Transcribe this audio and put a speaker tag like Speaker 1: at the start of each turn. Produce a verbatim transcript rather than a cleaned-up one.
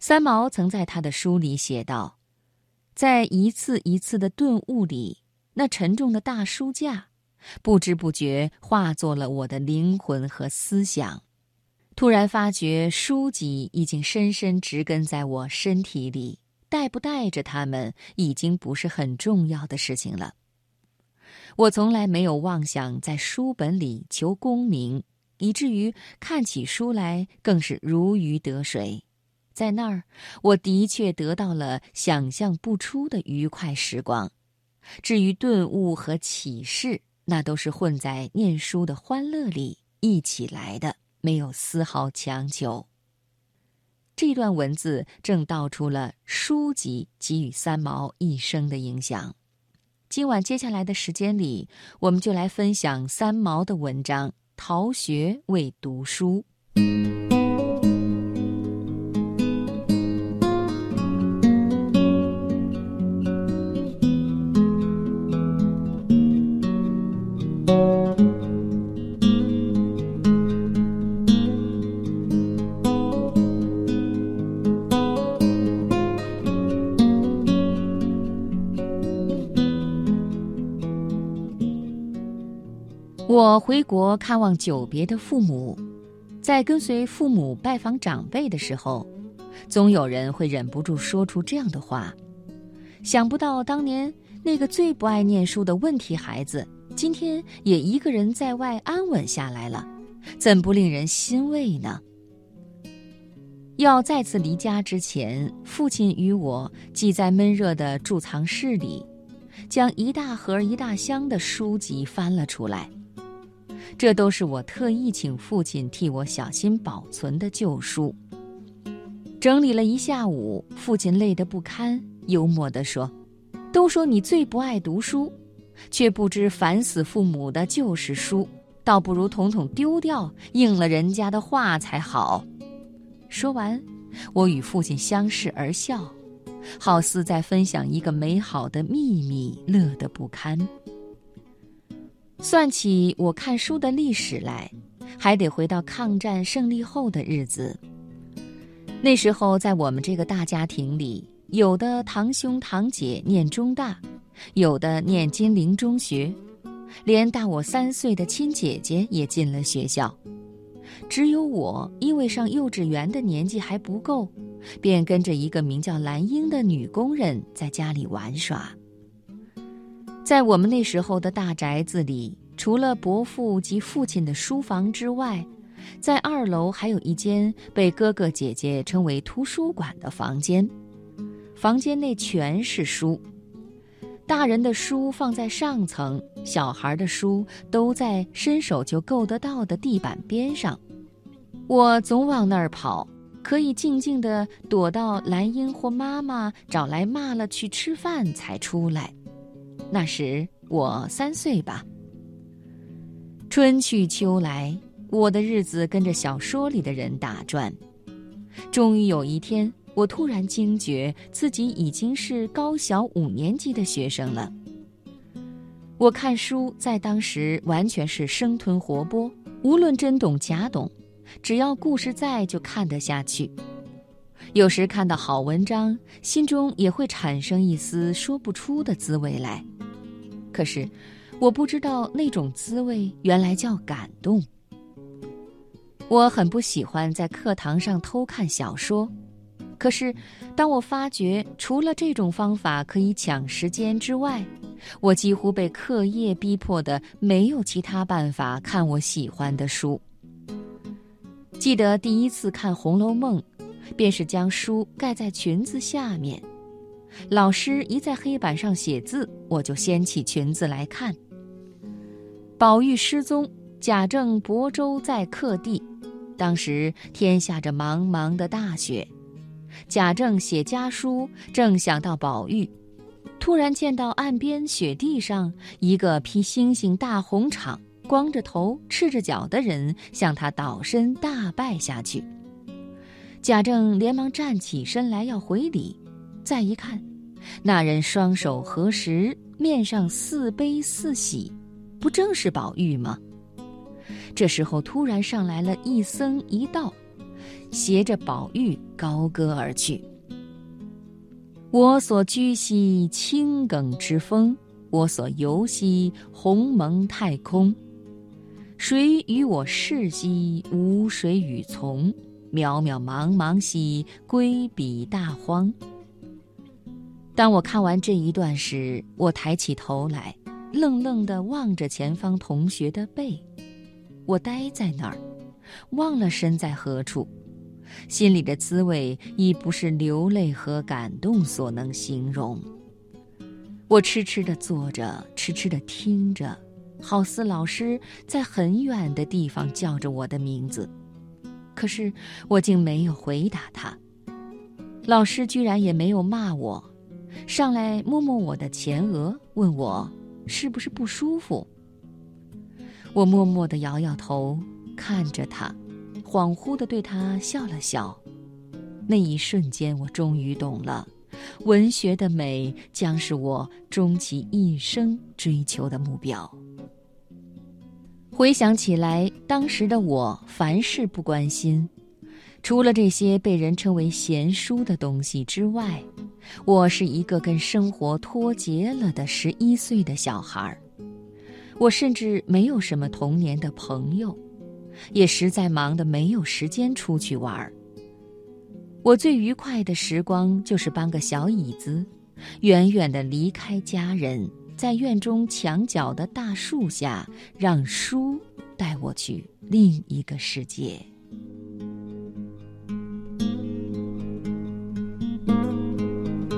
Speaker 1: 三毛曾在他的书里写道，在一次一次的顿悟里，那沉重的大书架不知不觉化作了我的灵魂和思想。突然发觉书籍已经深深植根在我身体里，带不带着它们已经不是很重要的事情了。我从来没有妄想在书本里求功名，以至于看起书来更是如鱼得水。在那儿，我的确得到了想象不出的愉快时光。至于顿悟和启示，那都是混在念书的欢乐里一起来的，没有丝毫强求。这段文字正道出了书籍给予三毛一生的影响。今晚接下来的时间里，我们就来分享三毛的文章《逃学为读书》。我回国看望久别的父母，在跟随父母拜访长辈的时候，总有人会忍不住说出这样的话：想不到当年那个最不爱念书的问题孩子，今天也一个人在外安稳下来了，怎不令人欣慰呢？要再次离家之前，父亲与我挤在闷热的贮藏室里，将一大盒一大箱的书籍翻了出来。这都是我特意请父亲替我小心保存的旧书。整理了一下午，父亲累得不堪，幽默地说：都说你最不爱读书，却不知烦死父母的就是书，倒不如统统丢掉，应了人家的话才好。说完，我与父亲相视而笑，好似在分享一个美好的秘密，乐得不堪。算起我看书的历史来，还得回到抗战胜利后的日子。那时候在我们这个大家庭里，有的堂兄堂姐念中大，有的念金陵中学，连大我三岁的亲姐姐也进了学校。只有我因为上幼稚园的年纪还不够，便跟着一个名叫兰英的女工人在家里玩耍。在我们那时候的大宅子里，除了伯父及父亲的书房之外，在二楼还有一间被哥哥姐姐称为图书馆的房间。房间内全是书，大人的书放在上层，小孩的书都在伸手就够得到的地板边上。我总往那儿跑，可以静静地躲到兰英或妈妈找来骂了去吃饭才出来。那时我三岁吧。春去秋来，我的日子跟着小说里的人打转。终于有一天，我突然惊觉自己已经是高小五年级的学生了。我看书在当时完全是生吞活剥，无论真懂假懂，只要故事在就看得下去。有时看到好文章，心中也会产生一丝说不出的滋味来。可是我不知道那种滋味原来叫感动。我很不喜欢在课堂上偷看小说，可是当我发觉除了这种方法可以抢时间之外，我几乎被课业逼迫的没有其他办法看我喜欢的书。记得第一次看《红楼梦》，便是将书盖在裙子下面，老师一在黑板上写字，我就掀起裙子来看。宝玉失踪，贾政泊舟在客地，当时天下着茫茫的大雪，贾政写家书，正想到宝玉，突然见到岸边雪地上一个披星星大红氅，光着头赤着脚的人向他倒身大拜下去。贾政连忙站起身来要回礼，再一看，那人双手合十，面上似悲似喜，不正是宝玉吗？这时候突然上来了一僧一道， 携着宝玉高歌而去。我所居兮青埂之峰，我所游兮鸿蒙太空。谁与我视兮，无水与从。渺渺茫茫兮，归彼大荒。当我看完这一段时，我抬起头来，愣愣地望着前方同学的背。我呆在那儿，忘了身在何处，心里的滋味已不是流泪和感动所能形容。我痴痴地坐着，痴痴地听着，好似老师在很远的地方叫着我的名字，可是我竟没有回答他。老师居然也没有骂我，上来摸摸我的前额，问我是不是不舒服。我默默地摇摇头，看着他，恍惚地对他笑了笑。那一瞬间，我终于懂了，文学的美将是我终其一生追求的目标。回想起来，当时的我凡事不关心，除了这些被人称为闲书的东西之外，我是一个跟生活脱节了的十一岁的小孩。我甚至没有什么童年的朋友，也实在忙得没有时间出去玩。我最愉快的时光就是搬个小椅子，远远地离开家人，在院中墙角的大树下，让书带我去另一个世界。